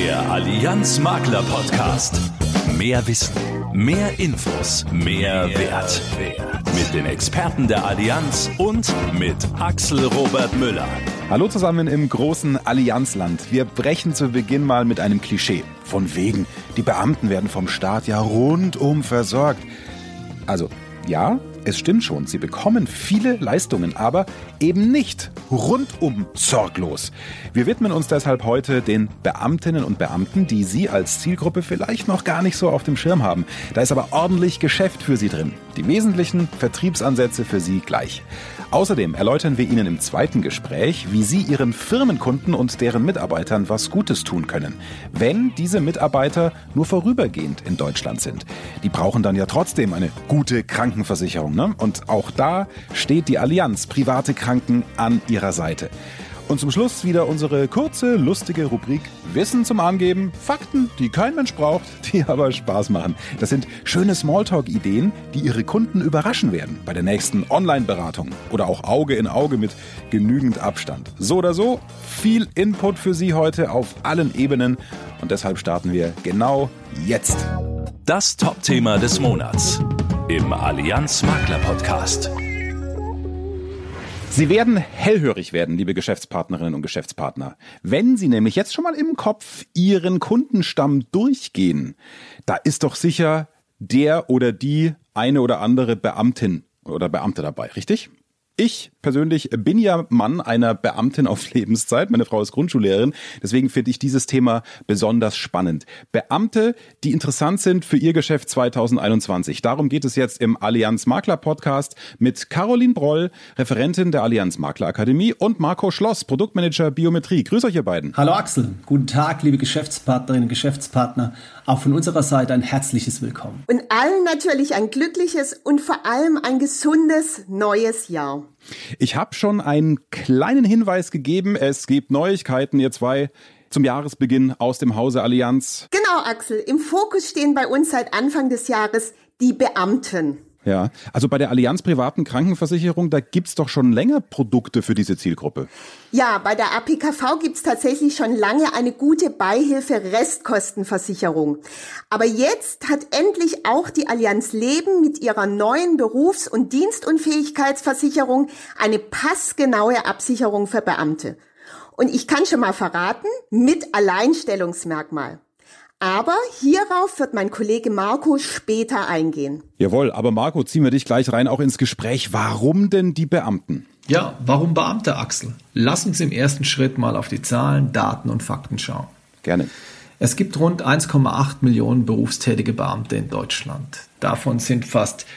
Der Allianz Makler Podcast. Mehr Wissen, mehr Infos, mehr Wert. Mit den Experten der Allianz und mit Axel Robert Müller. Hallo zusammen im großen Allianzland. Wir brechen zu Beginn mal mit einem Klischee. Von wegen, die Beamten werden vom Staat ja rundum versorgt. Also, ja, es stimmt schon, sie bekommen viele Leistungen, aber eben nicht rundum sorglos. Wir widmen uns deshalb heute den Beamtinnen und Beamten, die Sie als Zielgruppe vielleicht noch gar nicht so auf dem Schirm haben. Da ist aber ordentlich Geschäft für Sie drin. Die wesentlichen Vertriebsansätze für Sie gleich. Außerdem erläutern wir Ihnen im zweiten Gespräch, wie Sie Ihren Firmenkunden und deren Mitarbeitern was Gutes tun können, wenn diese Mitarbeiter nur vorübergehend in Deutschland sind. Die brauchen dann ja trotzdem eine gute Krankenversicherung, ne? Und auch da steht die Allianz Private Kranken an ihrer Seite. Und zum Schluss wieder unsere kurze, lustige Rubrik Wissen zum Angeben, Fakten, die kein Mensch braucht, die aber Spaß machen. Das sind schöne Smalltalk-Ideen, die Ihre Kunden überraschen werden bei der nächsten Online-Beratung oder auch Auge in Auge mit genügend Abstand. So oder so, viel Input für Sie heute auf allen Ebenen und deshalb starten wir genau jetzt. Das Top-Thema des Monats im Allianz Makler Podcast. Sie werden hellhörig werden, liebe Geschäftspartnerinnen und Geschäftspartner. Wenn Sie nämlich jetzt schon mal im Kopf Ihren Kundenstamm durchgehen, da ist doch sicher der oder die eine oder andere Beamtin oder Beamte dabei, richtig? Ich persönlich bin ja Mann einer Beamtin auf Lebenszeit. Meine Frau ist Grundschullehrerin. Deswegen finde ich dieses Thema besonders spannend. Beamte, die interessant sind für ihr Geschäft 2021. Darum geht es jetzt im Allianz Makler Podcast mit Caroline Broll, Referentin der Allianz Makler Akademie, und Marco Schloss, Produktmanager Biometrie. Grüß euch ihr beiden. Hallo Axel. Guten Tag, liebe Geschäftspartnerinnen und Geschäftspartner. Auch von unserer Seite ein herzliches Willkommen. Und allen natürlich ein glückliches und vor allem ein gesundes neues Jahr. Ich habe schon einen kleinen Hinweis gegeben. Es gibt Neuigkeiten, ihr zwei, zum Jahresbeginn aus dem Hause Allianz. Genau, Axel. Im Fokus stehen bei uns seit Anfang des Jahres die Beamten. Ja, also bei der Allianz privaten Krankenversicherung, da gibt's doch schon länger Produkte für diese Zielgruppe. Ja, bei der APKV gibt's tatsächlich schon lange eine gute Beihilfe-Restkostenversicherung. Aber jetzt hat endlich auch die Allianz Leben mit ihrer neuen Berufs- und Dienstunfähigkeitsversicherung eine passgenaue Absicherung für Beamte. Und ich kann schon mal verraten, mit Alleinstellungsmerkmal. Aber hierauf wird mein Kollege Marco später eingehen. Jawohl, aber Marco, ziehen wir dich gleich rein, auch ins Gespräch. Warum denn die Beamten? Ja, warum Beamte, Axel? Lass uns im ersten Schritt mal auf die Zahlen, Daten und Fakten schauen. Gerne. Es gibt rund 1,8 Millionen berufstätige Beamte in Deutschland. Davon sind fast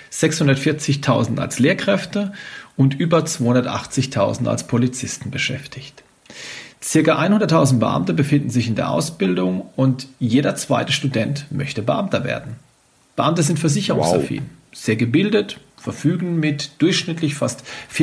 640.000 als Lehrkräfte und über 280.000 als Polizisten beschäftigt. Circa 100.000 Beamte befinden sich in der Ausbildung und jeder zweite Student möchte Beamter werden. Beamte sind versicherungsaffin, sehr gebildet, verfügen mit durchschnittlich fast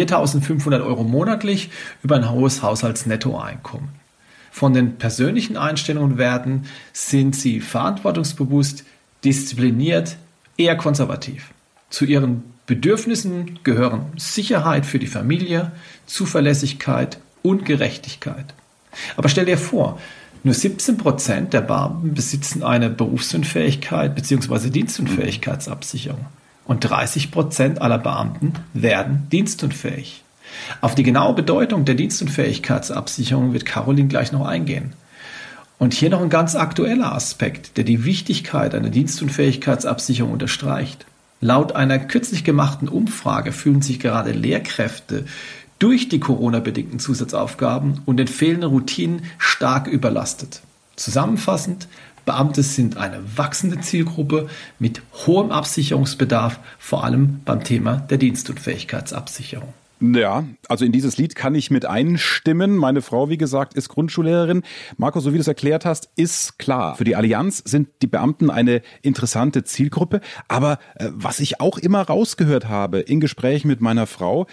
4.500 € monatlich über ein hohes Haushaltsnettoeinkommen. Von den persönlichen Einstellungen und Werten sind sie verantwortungsbewusst, diszipliniert, eher konservativ. Zu ihren Bedürfnissen gehören Sicherheit für die Familie, Zuverlässigkeit und Gerechtigkeit. Aber stell dir vor, nur 17% der Beamten besitzen eine Berufsunfähigkeit bzw. Dienstunfähigkeitsabsicherung und 30% aller Beamten werden dienstunfähig. Auf die genaue Bedeutung der Dienstunfähigkeitsabsicherung wird Caroline gleich noch eingehen. Und hier noch ein ganz aktueller Aspekt, der die Wichtigkeit einer Dienstunfähigkeitsabsicherung unterstreicht. Laut einer kürzlich gemachten Umfrage fühlen sich gerade Lehrkräfte durch die Corona-bedingten Zusatzaufgaben und den fehlenden Routinen stark überlastet. Zusammenfassend, Beamte sind eine wachsende Zielgruppe mit hohem Absicherungsbedarf, vor allem beim Thema der Dienstunfähigkeitsabsicherung. Ja, also in dieses Lied kann ich mit einstimmen. Meine Frau, wie gesagt, ist Grundschullehrerin. Marco, so wie du es erklärt hast, ist klar. Für die Allianz sind die Beamten eine interessante Zielgruppe. Aber was ich auch immer rausgehört habe in Gesprächen mit meiner Frau,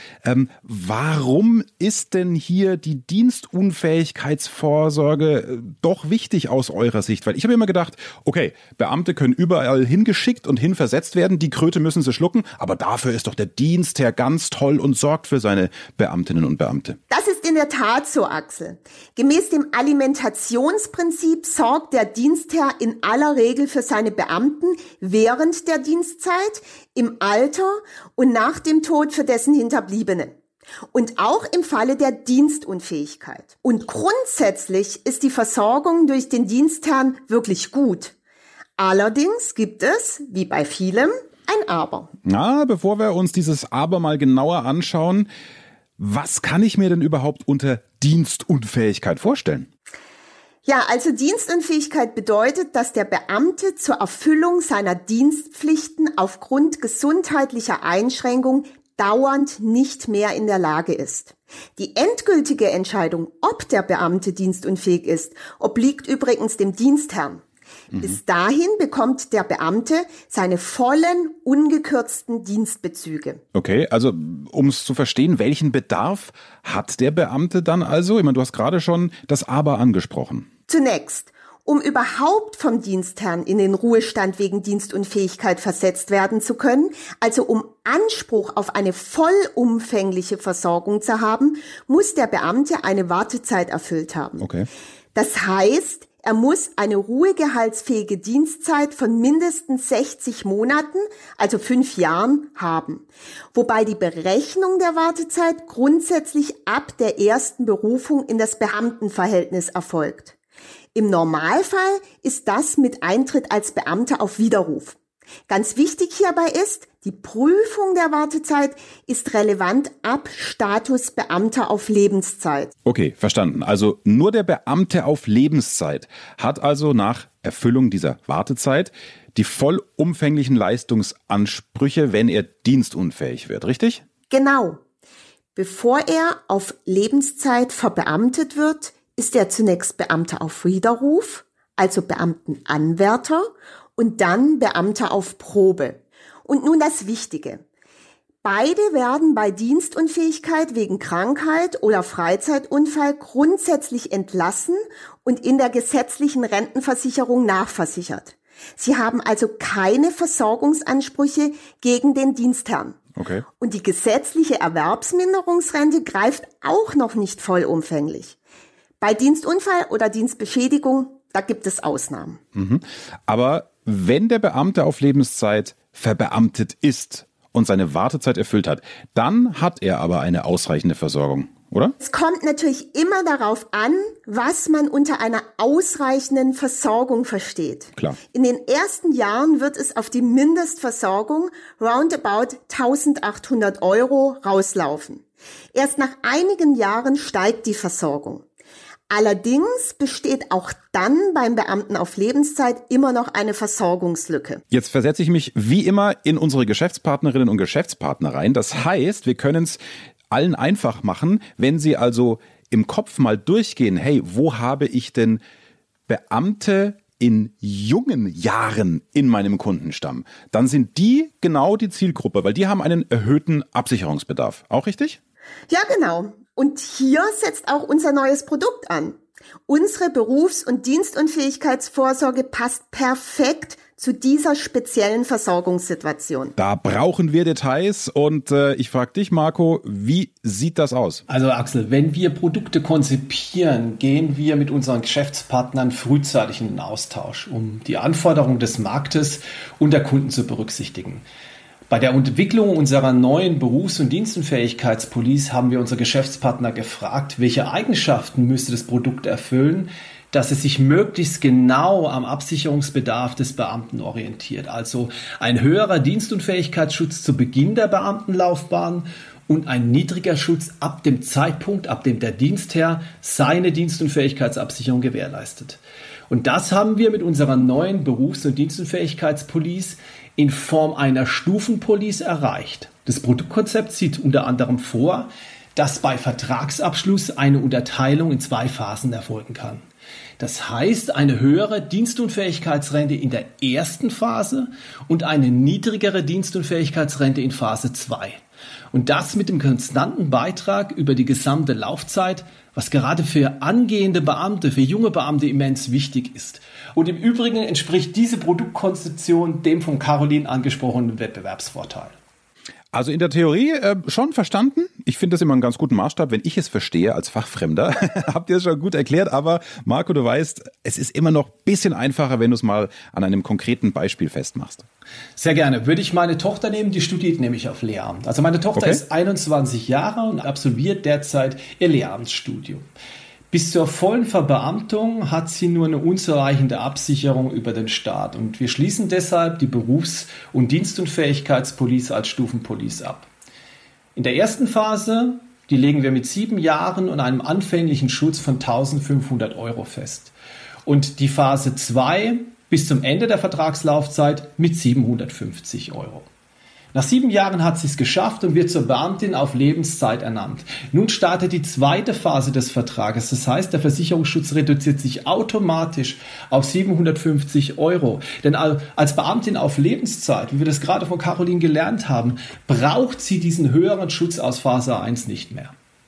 warum ist denn hier die Dienstunfähigkeitsvorsorge doch wichtig aus eurer Sicht? Weil ich habe immer gedacht, okay, Beamte können überall hingeschickt und hinversetzt werden. Die Kröte müssen sie schlucken. Aber dafür ist doch der Dienstherr ganz toll und sorgt für seine Beamtinnen und Beamte. Das ist in der Tat so, Axel. Gemäß dem Alimentationsprinzip sorgt der Dienstherr in aller Regel für seine Beamten während der Dienstzeit, im Alter und nach dem Tod für dessen Hinterbliebenen. Und auch im Falle der Dienstunfähigkeit. Und grundsätzlich ist die Versorgung durch den Dienstherrn wirklich gut. Allerdings gibt es, wie bei vielem, ein Aber. Na, bevor wir uns dieses Aber mal genauer anschauen, was kann ich mir denn überhaupt unter Dienstunfähigkeit vorstellen? Ja, also Dienstunfähigkeit bedeutet, dass der Beamte zur Erfüllung seiner Dienstpflichten aufgrund gesundheitlicher Einschränkung dauernd nicht mehr in der Lage ist. Die endgültige Entscheidung, ob der Beamte dienstunfähig ist, obliegt übrigens dem Dienstherrn. Bis dahin bekommt der Beamte seine vollen, ungekürzten Dienstbezüge. Okay, also um es zu verstehen, welchen Bedarf hat der Beamte dann also? Ich meine, du hast gerade schon das Aber angesprochen. Zunächst, um überhaupt vom Dienstherrn in den Ruhestand wegen Dienstunfähigkeit versetzt werden zu können, also um Anspruch auf eine vollumfängliche Versorgung zu haben, muss der Beamte eine Wartezeit erfüllt haben. Okay. Das heißt, er muss eine ruhegehaltsfähige Dienstzeit von mindestens 60 Monaten, also 5 Jahren, haben. Wobei die Berechnung der Wartezeit grundsätzlich ab der ersten Berufung in das Beamtenverhältnis erfolgt. Im Normalfall ist das mit Eintritt als Beamter auf Widerruf. Ganz wichtig hierbei ist, die Prüfung der Wartezeit ist relevant ab Status Beamter auf Lebenszeit. Okay, verstanden. Also nur der Beamte auf Lebenszeit hat also nach Erfüllung dieser Wartezeit die vollumfänglichen Leistungsansprüche, wenn er dienstunfähig wird, richtig? Genau. Bevor er auf Lebenszeit verbeamtet wird, ist er zunächst Beamter auf Widerruf, also Beamtenanwärter, und dann Beamter auf Probe. Und nun das Wichtige. Beide werden bei Dienstunfähigkeit wegen Krankheit oder Freizeitunfall grundsätzlich entlassen und in der gesetzlichen Rentenversicherung nachversichert. Sie haben also keine Versorgungsansprüche gegen den Dienstherrn. Okay. Und die gesetzliche Erwerbsminderungsrente greift auch noch nicht vollumfänglich. Bei Dienstunfall oder Dienstbeschädigung, da gibt es Ausnahmen. Aber wenn der Beamte auf Lebenszeit verbeamtet ist und seine Wartezeit erfüllt hat, dann hat er aber eine ausreichende Versorgung, oder? Es kommt natürlich immer darauf an, was man unter einer ausreichenden Versorgung versteht. Klar. In den ersten Jahren wird es auf die Mindestversorgung roundabout 1.800 € rauslaufen. Erst nach einigen Jahren steigt die Versorgung. Allerdings besteht auch dann beim Beamten auf Lebenszeit immer noch eine Versorgungslücke. Jetzt versetze ich mich wie immer in unsere Geschäftspartnerinnen und Geschäftspartner rein. Das heißt, wir können es allen einfach machen, wenn sie also im Kopf mal durchgehen, hey, wo habe ich denn Beamte in jungen Jahren in meinem Kundenstamm? Dann sind die genau die Zielgruppe, weil die haben einen erhöhten Absicherungsbedarf. Auch richtig? Ja, genau. Und hier setzt auch unser neues Produkt an. Unsere Berufs- und Dienstunfähigkeitsvorsorge passt perfekt zu dieser speziellen Versorgungssituation. Da brauchen wir Details und ich frage dich, Marco, wie sieht das aus? Also Axel, wenn wir Produkte konzipieren, gehen wir mit unseren Geschäftspartnern frühzeitig in den Austausch, um die Anforderungen des Marktes und der Kunden zu berücksichtigen. Bei der Entwicklung unserer neuen Berufs- und Dienstunfähigkeitspolice haben wir unsere Geschäftspartner gefragt, welche Eigenschaften müsste das Produkt erfüllen, dass es sich möglichst genau am Absicherungsbedarf des Beamten orientiert. Also ein höherer Dienstunfähigkeitsschutz zu Beginn der Beamtenlaufbahn und ein niedriger Schutz ab dem Zeitpunkt, ab dem der Dienstherr seine Dienstunfähigkeitsabsicherung gewährleistet. Und das haben wir mit unserer neuen Berufs- und Dienstunfähigkeitspolice in Form einer Stufenpolice erreicht. Das Produktkonzept sieht unter anderem vor, dass bei Vertragsabschluss eine Unterteilung in 2 Phasen erfolgen kann. Das heißt, eine höhere Dienstunfähigkeitsrente in der ersten Phase und eine niedrigere Dienstunfähigkeitsrente in Phase 2. Und das mit dem konstanten Beitrag über die gesamte Laufzeit, was gerade für angehende Beamte, für junge Beamte immens wichtig ist. Und im Übrigen entspricht diese Produktkonzeption dem von Caroline angesprochenen Wettbewerbsvorteil. Also in der Theorie schon verstanden. Ich finde das immer einen ganz guten Maßstab, wenn ich es verstehe als Fachfremder. Habt ihr es schon gut erklärt, aber Marco, du weißt, es ist immer noch ein bisschen einfacher, wenn du es mal an einem konkreten Beispiel festmachst. Sehr gerne. Würde ich meine Tochter nehmen, die studiert nämlich auf Lehramt. Also meine Tochter ist 21 Jahre und absolviert derzeit ihr Lehramtsstudium. Bis zur vollen Verbeamtung hat sie nur eine unzureichende Absicherung über den Staat. Und wir schließen deshalb die Berufs- und Dienstunfähigkeitspolice als Stufenpolice ab. In der ersten Phase, die legen wir mit 7 Jahren und einem anfänglichen Schutz von 1.500 € fest. Und die Phase 2 bis zum Ende der Vertragslaufzeit mit 750 €. Nach 7 Jahren hat sie es geschafft und wird zur Beamtin auf Lebenszeit ernannt. Nun startet die zweite Phase des Vertrages. Das heißt, der Versicherungsschutz reduziert sich automatisch auf 750 €. Denn als Beamtin auf Lebenszeit, wie wir das gerade von Caroline gelernt haben, braucht sie diesen höheren Schutz aus Phase 1 nicht mehr.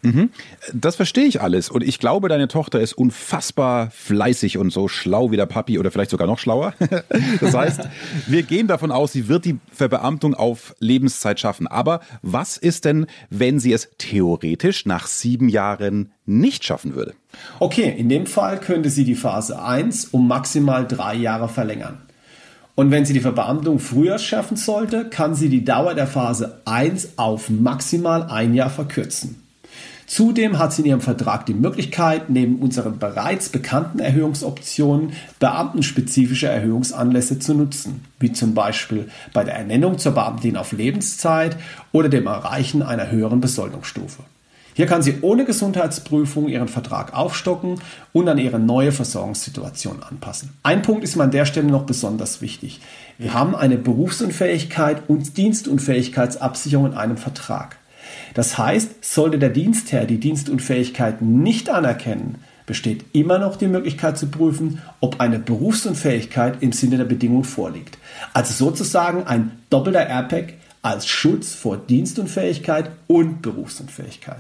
Das verstehe ich alles und ich glaube, deine Tochter ist unfassbar fleißig und so schlau wie der Papi oder vielleicht sogar noch schlauer. Das heißt, wir gehen davon aus, sie wird die Verbeamtung auf Lebenszeit schaffen. Aber was ist denn, wenn sie es theoretisch nach 7 Jahren nicht schaffen würde? Okay, in dem Fall könnte sie die Phase 1 um maximal 3 Jahre verlängern. Und wenn sie die Verbeamtung früher schaffen sollte, kann sie die Dauer der Phase 1 auf maximal 1 Jahr verkürzen. Zudem hat sie in ihrem Vertrag die Möglichkeit, neben unseren bereits bekannten Erhöhungsoptionen beamtenspezifische Erhöhungsanlässe zu nutzen, wie zum Beispiel bei der Ernennung zur Beamtin auf Lebenszeit oder dem Erreichen einer höheren Besoldungsstufe. Hier kann sie ohne Gesundheitsprüfung ihren Vertrag aufstocken und an ihre neue Versorgungssituation anpassen. Ein Punkt ist mir an der Stelle noch besonders wichtig. Wir haben eine Berufsunfähigkeit und Dienstunfähigkeitsabsicherung in einem Vertrag. Das heißt, sollte der Dienstherr die Dienstunfähigkeit nicht anerkennen, besteht immer noch die Möglichkeit zu prüfen, ob eine Berufsunfähigkeit im Sinne der Bedingung vorliegt. Also sozusagen ein doppelter Airbag als Schutz vor Dienstunfähigkeit und Berufsunfähigkeit.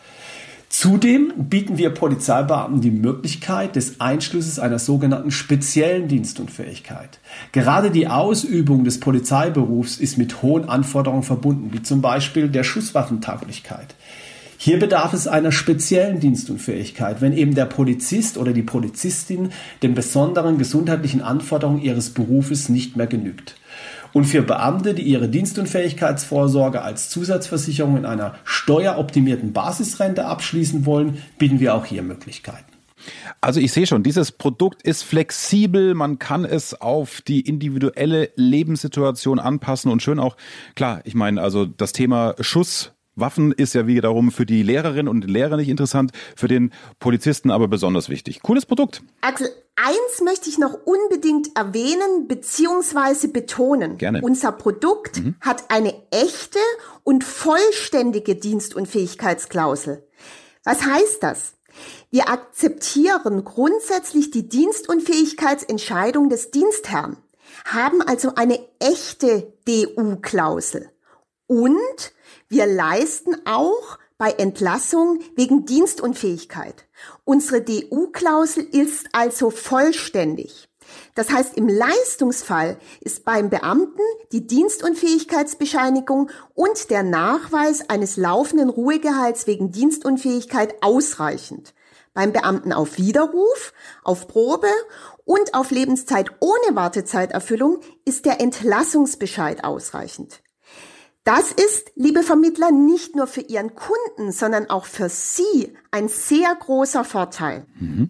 Zudem bieten wir Polizeibeamten die Möglichkeit des Einschlusses einer sogenannten speziellen Dienstunfähigkeit. Gerade die Ausübung des Polizeiberufs ist mit hohen Anforderungen verbunden, wie zum Beispiel der Schusswaffentauglichkeit. Hier bedarf es einer speziellen Dienstunfähigkeit, wenn eben der Polizist oder die Polizistin den besonderen gesundheitlichen Anforderungen ihres Berufes nicht mehr genügt. Und für Beamte, die ihre Dienstunfähigkeitsvorsorge als Zusatzversicherung in einer steueroptimierten Basisrente abschließen wollen, bieten wir auch hier Möglichkeiten. Also ich sehe schon, dieses Produkt ist flexibel, man kann es auf die individuelle Lebenssituation anpassen und schön auch, klar, ich meine, also das Thema Schusswaffen ist ja wiederum für die Lehrerinnen und Lehrer nicht interessant, für den Polizisten aber besonders wichtig. Cooles Produkt. Axel, eins möchte ich noch unbedingt erwähnen bzw. betonen. Gerne. Unser Produkt hat eine echte und vollständige Dienstunfähigkeitsklausel. Was heißt das? Wir akzeptieren grundsätzlich die Dienstunfähigkeitsentscheidung des Dienstherrn, haben also eine echte DU-Klausel. Und wir leisten auch bei Entlassung wegen Dienstunfähigkeit. Unsere DU-Klausel ist also vollständig. Das heißt, im Leistungsfall ist beim Beamten die Dienstunfähigkeitsbescheinigung und der Nachweis eines laufenden Ruhegehalts wegen Dienstunfähigkeit ausreichend. Beim Beamten auf Widerruf, auf Probe und auf Lebenszeit ohne Wartezeiterfüllung ist der Entlassungsbescheid ausreichend. Das ist, liebe Vermittler, nicht nur für Ihren Kunden, sondern auch für Sie ein sehr großer Vorteil.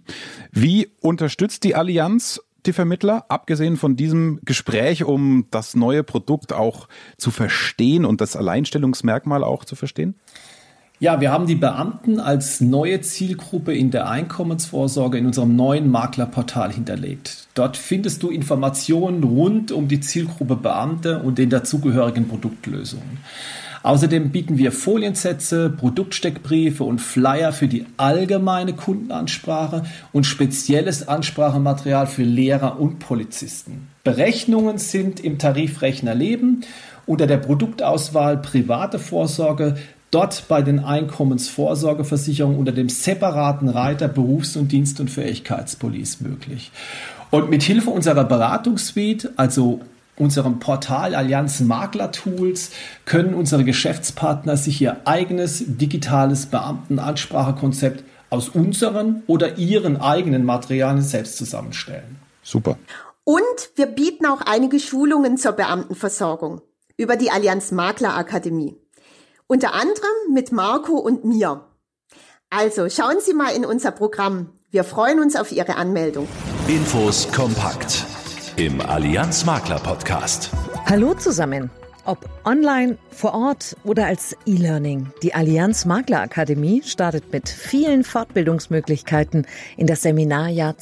Wie unterstützt die Allianz die Vermittler, abgesehen von diesem Gespräch, um das neue Produkt auch zu verstehen und das Alleinstellungsmerkmal auch zu verstehen? Ja, wir haben die Beamten als neue Zielgruppe in der Einkommensvorsorge in unserem neuen Maklerportal hinterlegt. Dort findest du Informationen rund um die Zielgruppe Beamte und den dazugehörigen Produktlösungen. Außerdem bieten wir Foliensätze, Produktsteckbriefe und Flyer für die allgemeine Kundenansprache und spezielles Ansprachematerial für Lehrer und Polizisten. Berechnungen sind im Tarifrechner Leben unter der Produktauswahl private Vorsorge, dort bei den Einkommensvorsorgeversicherungen unter dem separaten Reiter Berufs- und Dienstunfähigkeitspolice möglich. Und mit Hilfe unserer Beratungssuite, also unserem Portal Allianz Makler Tools können unsere Geschäftspartner sich ihr eigenes digitales Beamtenansprachekonzept aus unseren oder ihren eigenen Materialien selbst zusammenstellen. Super. Und wir bieten auch einige Schulungen zur Beamtenversorgung über die Allianz Makler Akademie. Unter anderem mit Marco und mir. Also schauen Sie mal in unser Programm. Wir freuen uns auf Ihre Anmeldung. Infos kompakt im Allianz Makler Podcast. Hallo zusammen. Ob online, vor Ort oder als E-Learning, die Allianz Makler Akademie startet mit vielen Fortbildungsmöglichkeiten in das Seminarjahr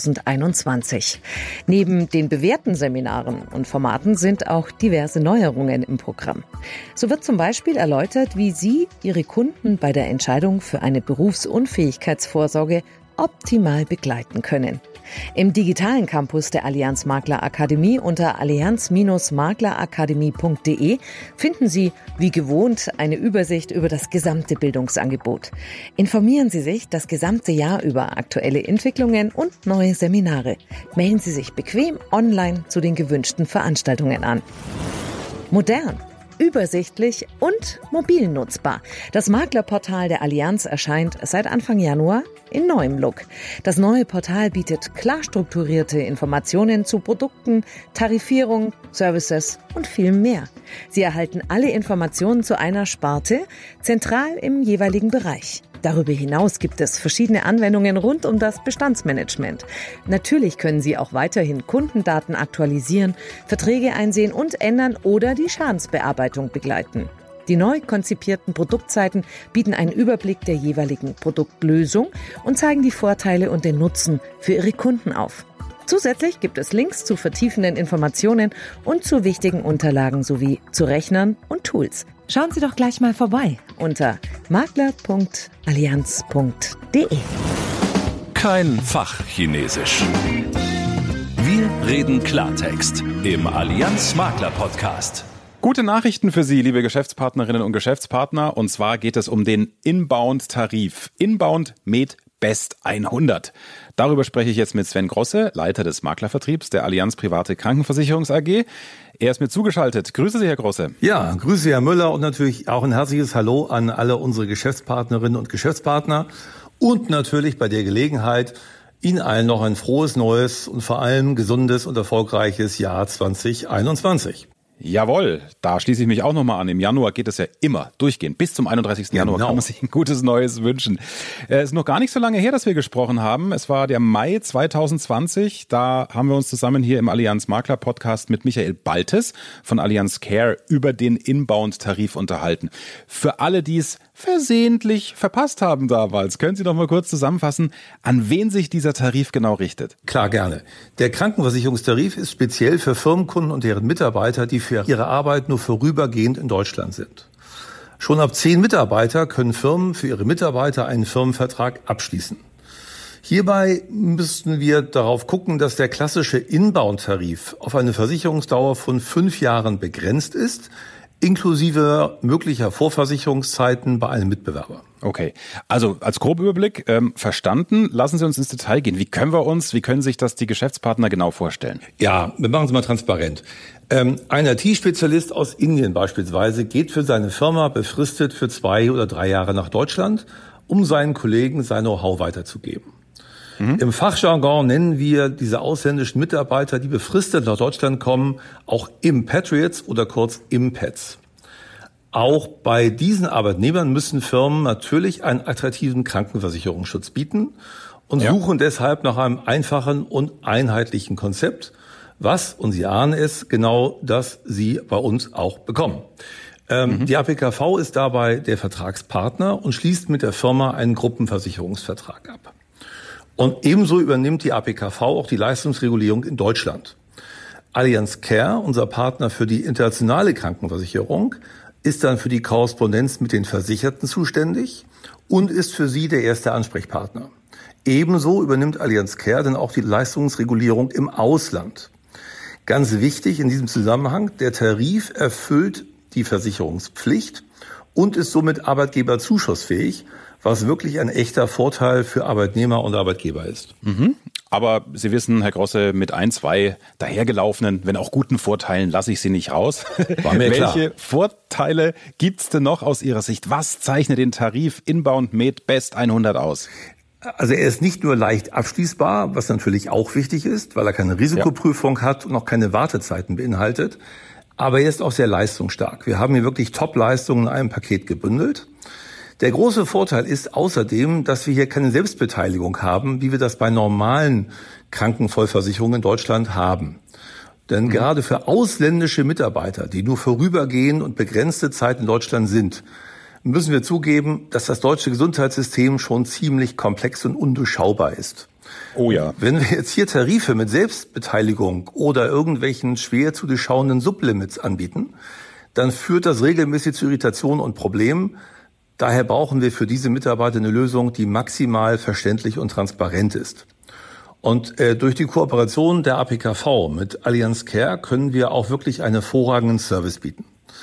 2021. Neben den bewährten Seminaren und Formaten sind auch diverse Neuerungen im Programm. So wird zum Beispiel erläutert, wie Sie Ihre Kunden bei der Entscheidung für eine Berufsunfähigkeitsvorsorge optimal begleiten können. Im digitalen Campus der Allianz Makler Akademie unter allianz-maklerakademie.de finden Sie, wie gewohnt, eine Übersicht über das gesamte Bildungsangebot. Informieren Sie sich das gesamte Jahr über aktuelle Entwicklungen und neue Seminare. Melden Sie sich bequem online zu den gewünschten Veranstaltungen an. Modern, übersichtlich und mobil nutzbar. Das Maklerportal der Allianz erscheint seit Anfang Januar in neuem Look. Das neue Portal bietet klar strukturierte Informationen zu Produkten, Tarifierung, Services und viel mehr. Sie erhalten alle Informationen zu einer Sparte, zentral im jeweiligen Bereich. Darüber hinaus gibt es verschiedene Anwendungen rund um das Bestandsmanagement. Natürlich können Sie auch weiterhin Kundendaten aktualisieren, Verträge einsehen und ändern oder die Schadensbearbeitung begleiten. Die neu konzipierten Produktseiten bieten einen Überblick der jeweiligen Produktlösung und zeigen die Vorteile und den Nutzen für Ihre Kunden auf. Zusätzlich gibt es Links zu vertiefenden Informationen und zu wichtigen Unterlagen sowie zu Rechnern und Tools. Schauen Sie doch gleich mal vorbei unter makler.allianz.de. Kein Fachchinesisch. Wir reden Klartext im Allianz Makler Podcast. Gute Nachrichten für Sie, liebe Geschäftspartnerinnen und Geschäftspartner. Und zwar geht es um den Inbound-Tarif. Inbound Med Best 100. Darüber spreche ich jetzt mit Sven Grosse, Leiter des Maklervertriebs der Allianz Private Krankenversicherungs AG. Er ist mir zugeschaltet. Grüße Sie, Herr Grosse. Ja, grüße Sie, Herr Müller, und natürlich auch ein herzliches Hallo an alle unsere Geschäftspartnerinnen und Geschäftspartner. Und natürlich bei der Gelegenheit Ihnen allen noch ein frohes, neues und vor allem gesundes und erfolgreiches Jahr 2021. Jawohl, da schließe ich mich auch nochmal an. Im Januar geht es ja immer durchgehend. Bis zum 31. Januar kann man sich ein gutes Neues wünschen. Es ist noch gar nicht so lange her, dass wir gesprochen haben. Es war der Mai 2020. Da haben wir uns zusammen hier im Allianz Makler Podcast mit Michael Baltes von Allianz Care über den Inbound-Tarif unterhalten. Für alle, die es versehentlich verpasst haben damals, können Sie noch mal kurz zusammenfassen, an wen sich dieser Tarif genau richtet? Klar, gerne. Der Krankenversicherungstarif ist speziell für Firmenkunden und deren Mitarbeiter, die für ihre Arbeit nur vorübergehend in Deutschland sind. Schon ab 10 Mitarbeiter können Firmen für ihre Mitarbeiter einen Firmenvertrag abschließen. Hierbei müssten wir darauf gucken, dass der klassische Inbound-Tarif auf eine Versicherungsdauer von 5 Jahren begrenzt ist, inklusive möglicher Vorversicherungszeiten bei einem Mitbewerber. Okay, also als Grobüberblick verstanden. Lassen Sie uns ins Detail gehen. Wie können sich das die Geschäftspartner genau vorstellen? Ja, wir machen es mal transparent. Ein IT-Spezialist aus Indien beispielsweise geht für seine Firma befristet für 2 oder 3 Jahre nach Deutschland, um seinen Kollegen sein Know-how weiterzugeben. Im Fachjargon nennen wir diese ausländischen Mitarbeiter, die befristet nach Deutschland kommen, auch Impatriates oder kurz Impats. Auch bei diesen Arbeitnehmern müssen Firmen natürlich einen attraktiven Krankenversicherungsschutz bieten und suchen deshalb nach einem einfachen und einheitlichen Konzept, was, und Sie ahnen es, genau das Sie bei uns auch bekommen. Die APKV ist dabei der Vertragspartner und schließt mit der Firma einen Gruppenversicherungsvertrag ab. Und ebenso übernimmt die APKV auch die Leistungsregulierung in Deutschland. Allianz Care, unser Partner für die internationale Krankenversicherung, ist dann für die Korrespondenz mit den Versicherten zuständig und ist für sie der erste Ansprechpartner. Ebenso übernimmt Allianz Care dann auch die Leistungsregulierung im Ausland. Ganz wichtig in diesem Zusammenhang, der Tarif erfüllt die Versicherungspflicht und ist somit arbeitgeberzuschussfähig, was wirklich ein echter Vorteil für Arbeitnehmer und Arbeitgeber ist. Aber Sie wissen, Herr Grosse, mit 1, 2 dahergelaufenen, wenn auch guten Vorteilen, lasse ich Sie nicht raus. War mir klar. Welche Vorteile gibt's denn noch aus Ihrer Sicht? Was zeichnet den Tarif Inbound Med Best 100 aus? Also er ist nicht nur leicht abschließbar, was natürlich auch wichtig ist, weil er keine Risikoprüfung hat und auch keine Wartezeiten beinhaltet. Aber er ist auch sehr leistungsstark. Wir haben hier wirklich Top-Leistungen in einem Paket gebündelt. Der große Vorteil ist außerdem, dass wir hier keine Selbstbeteiligung haben, wie wir das bei normalen Krankenvollversicherungen in Deutschland haben. Denn gerade für ausländische Mitarbeiter, die nur vorübergehend und begrenzte Zeit in Deutschland sind, müssen wir zugeben, dass das deutsche Gesundheitssystem schon ziemlich komplex und undurchschaubar ist. Oh ja. Wenn wir jetzt hier Tarife mit Selbstbeteiligung oder irgendwelchen schwer zu durchschauenden Sublimits anbieten, dann führt das regelmäßig zu Irritationen und Problemen. Daher brauchen wir für diese Mitarbeiter eine Lösung, die maximal verständlich und transparent ist. Und durch die Kooperation der APKV mit Allianz Care können wir auch wirklich einen hervorragenden Service bieten.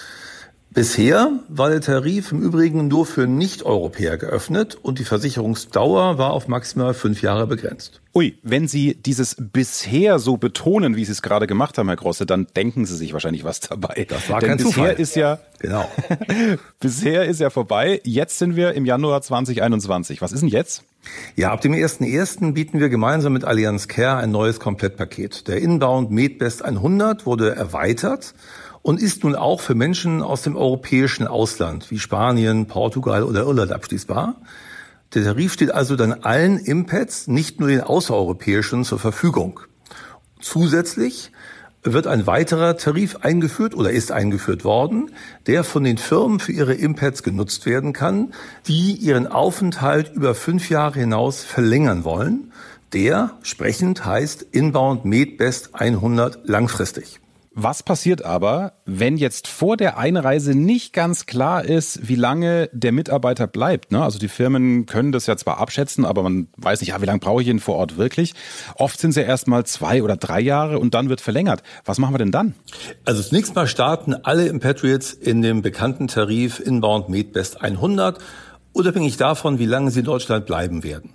Bisher war der Tarif im Übrigen nur für Nicht-Europäer geöffnet und die Versicherungsdauer war auf maximal 5 Jahre begrenzt. Ui, wenn Sie dieses bisher so betonen, wie Sie es gerade gemacht haben, Herr Grosse, dann denken Sie sich wahrscheinlich was dabei. Das war kein Zufall. Genau. Bisher ist ja vorbei. Jetzt sind wir im Januar 2021. Was ist denn jetzt? Ja, ab dem 1.1. bieten wir gemeinsam mit Allianz Care ein neues Komplettpaket. Der Inbound Med Best 100 wurde erweitert und ist nun auch für Menschen aus dem europäischen Ausland wie Spanien, Portugal oder Irland abschließbar. Der Tarif steht also dann allen Impads, nicht nur den außereuropäischen, zur Verfügung. Zusätzlich wird ein weiterer Tarif eingeführt oder ist eingeführt worden, der von den Firmen für ihre Impads genutzt werden kann, die ihren Aufenthalt über 5 Jahre hinaus verlängern wollen. Der sprechend heißt Inbound Med Best 100 langfristig. Was passiert aber, wenn jetzt vor der Einreise nicht ganz klar ist, wie lange der Mitarbeiter bleibt? Also die Firmen können das ja zwar abschätzen, aber man weiß nicht, wie lange brauche ich ihn vor Ort wirklich? Oft sind es ja erst mal 2 oder 3 Jahre und dann wird verlängert. Was machen wir denn dann? Also zunächst mal starten alle Impatriots in dem bekannten Tarif Inbound Med Best 100, unabhängig davon, wie lange sie in Deutschland bleiben werden.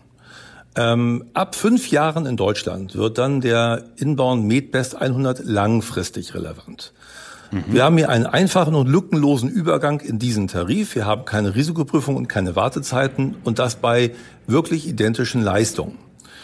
Ab 5 Jahren in Deutschland wird dann der Inbound Med Best 100 langfristig relevant. Wir haben hier einen einfachen und lückenlosen Übergang in diesen Tarif. Wir haben keine Risikoprüfung und keine Wartezeiten und das bei wirklich identischen Leistungen.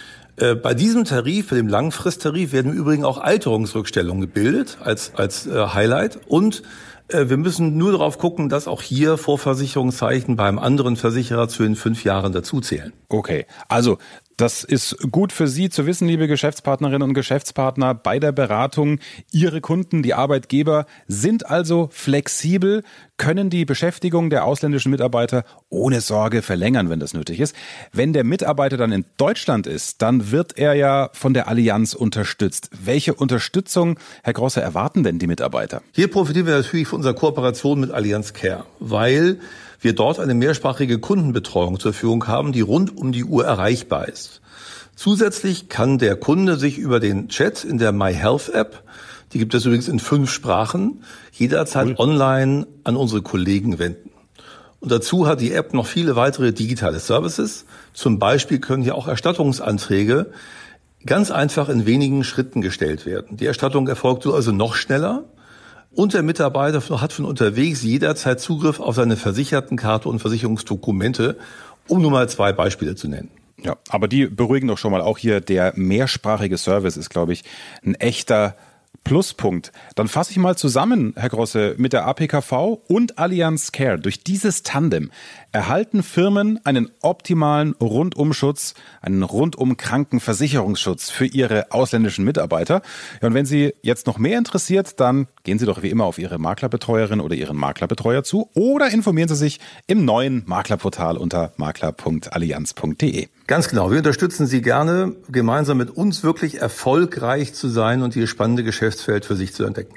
Bei diesem Tarif, bei dem Langfristtarif, werden im Übrigen auch Alterungsrückstellungen gebildet als Highlight und wir müssen nur darauf gucken, dass auch hier Vorversicherungszeichen beim anderen Versicherer zu den 5 Jahren dazuzählen. Okay, also das ist gut für Sie zu wissen, liebe Geschäftspartnerinnen und Geschäftspartner, bei der Beratung. Ihre Kunden, die Arbeitgeber, sind also flexibel, können die Beschäftigung der ausländischen Mitarbeiter ohne Sorge verlängern, wenn das nötig ist. Wenn der Mitarbeiter dann in Deutschland ist, dann wird er ja von der Allianz unterstützt. Welche Unterstützung, Herr Grosse, erwarten denn die Mitarbeiter? Hier profitieren wir natürlich von unserer Kooperation mit Allianz Care, weil wir dort eine mehrsprachige Kundenbetreuung zur Verfügung haben, die rund um die Uhr erreichbar ist. Zusätzlich kann der Kunde sich über den Chat in der MyHealth-App, die gibt es übrigens in 5 Sprachen, jederzeit online an unsere Kollegen wenden. Und dazu hat die App noch viele weitere digitale Services. Zum Beispiel können hier auch Erstattungsanträge ganz einfach in wenigen Schritten gestellt werden. Die Erstattung erfolgt so also noch schneller. Und der Mitarbeiter hat von unterwegs jederzeit Zugriff auf seine Versichertenkarte und Versicherungsdokumente, um nur mal 2 Beispiele zu nennen. Ja, aber die beruhigen doch schon mal. Auch hier der mehrsprachige Service ist, glaube ich, ein echter Pluspunkt. Dann fasse ich mal zusammen, Herr Grosse, mit der APKV und Allianz Care. Durch dieses Tandem erhalten Firmen einen optimalen Rundumschutz, einen rundum Krankenversicherungsschutz für ihre ausländischen Mitarbeiter. Ja, und wenn Sie jetzt noch mehr interessiert, dann gehen Sie doch wie immer auf Ihre Maklerbetreuerin oder Ihren Maklerbetreuer zu oder informieren Sie sich im neuen Maklerportal unter makler.allianz.de. Ganz genau. Wir unterstützen Sie gerne, gemeinsam mit uns wirklich erfolgreich zu sein und Ihr spannende Geschäftsfeld für sich zu entdecken.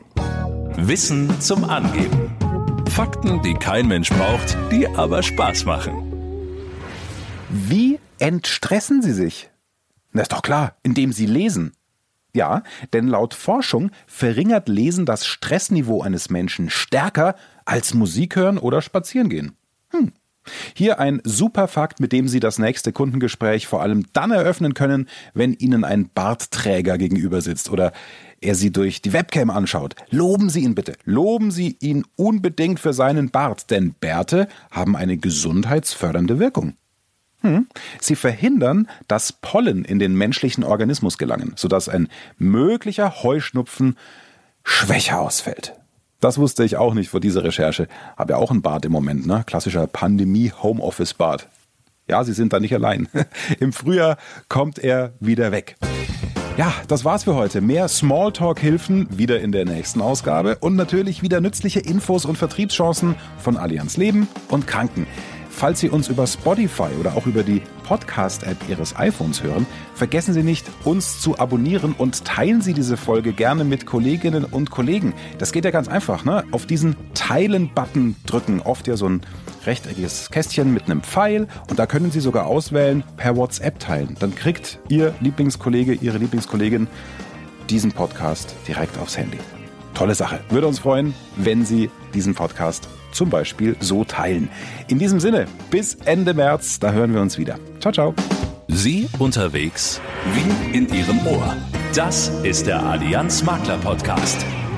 Wissen zum Angeben. Fakten, die kein Mensch braucht, die aber Spaß machen. Wie entstressen Sie sich? Na, ist doch klar, indem Sie lesen. Ja, denn laut Forschung verringert Lesen das Stressniveau eines Menschen stärker als Musik hören oder spazieren gehen. Hier ein super Fakt, mit dem Sie das nächste Kundengespräch vor allem dann eröffnen können, wenn Ihnen ein Bartträger gegenüber sitzt oder er Sie durch die Webcam anschaut. Loben Sie ihn bitte. Loben Sie ihn unbedingt für seinen Bart, denn Bärte haben eine gesundheitsfördernde Wirkung. Sie verhindern, dass Pollen in den menschlichen Organismus gelangen, sodass ein möglicher Heuschnupfen schwächer ausfällt. Das wusste ich auch nicht vor dieser Recherche. Habe ja auch einen Bart im Moment, ne? Klassischer Pandemie-Homeoffice-Bart. Ja, Sie sind da nicht allein. Im Frühjahr kommt er wieder weg. Ja, das war's für heute. Mehr Smalltalk-Hilfen wieder in der nächsten Ausgabe und natürlich wieder nützliche Infos und Vertriebschancen von Allianz Leben und Kranken. Falls Sie uns über Spotify oder auch über die Podcast-App Ihres iPhones hören, vergessen Sie nicht, uns zu abonnieren und teilen Sie diese Folge gerne mit Kolleginnen und Kollegen. Das geht ja ganz einfach, ne? Auf diesen Teilen-Button drücken, oft ja so ein rechteckiges Kästchen mit einem Pfeil und da können Sie sogar auswählen, per WhatsApp teilen. Dann kriegt Ihr Lieblingskollege, Ihre Lieblingskollegin diesen Podcast direkt aufs Handy. Tolle Sache. Würde uns freuen, wenn Sie diesen Podcast zum Beispiel so teilen. In diesem Sinne, bis Ende März, da hören wir uns wieder. Ciao, ciao. Sie unterwegs wie in Ihrem Ohr. Das ist der Allianz Makler Podcast.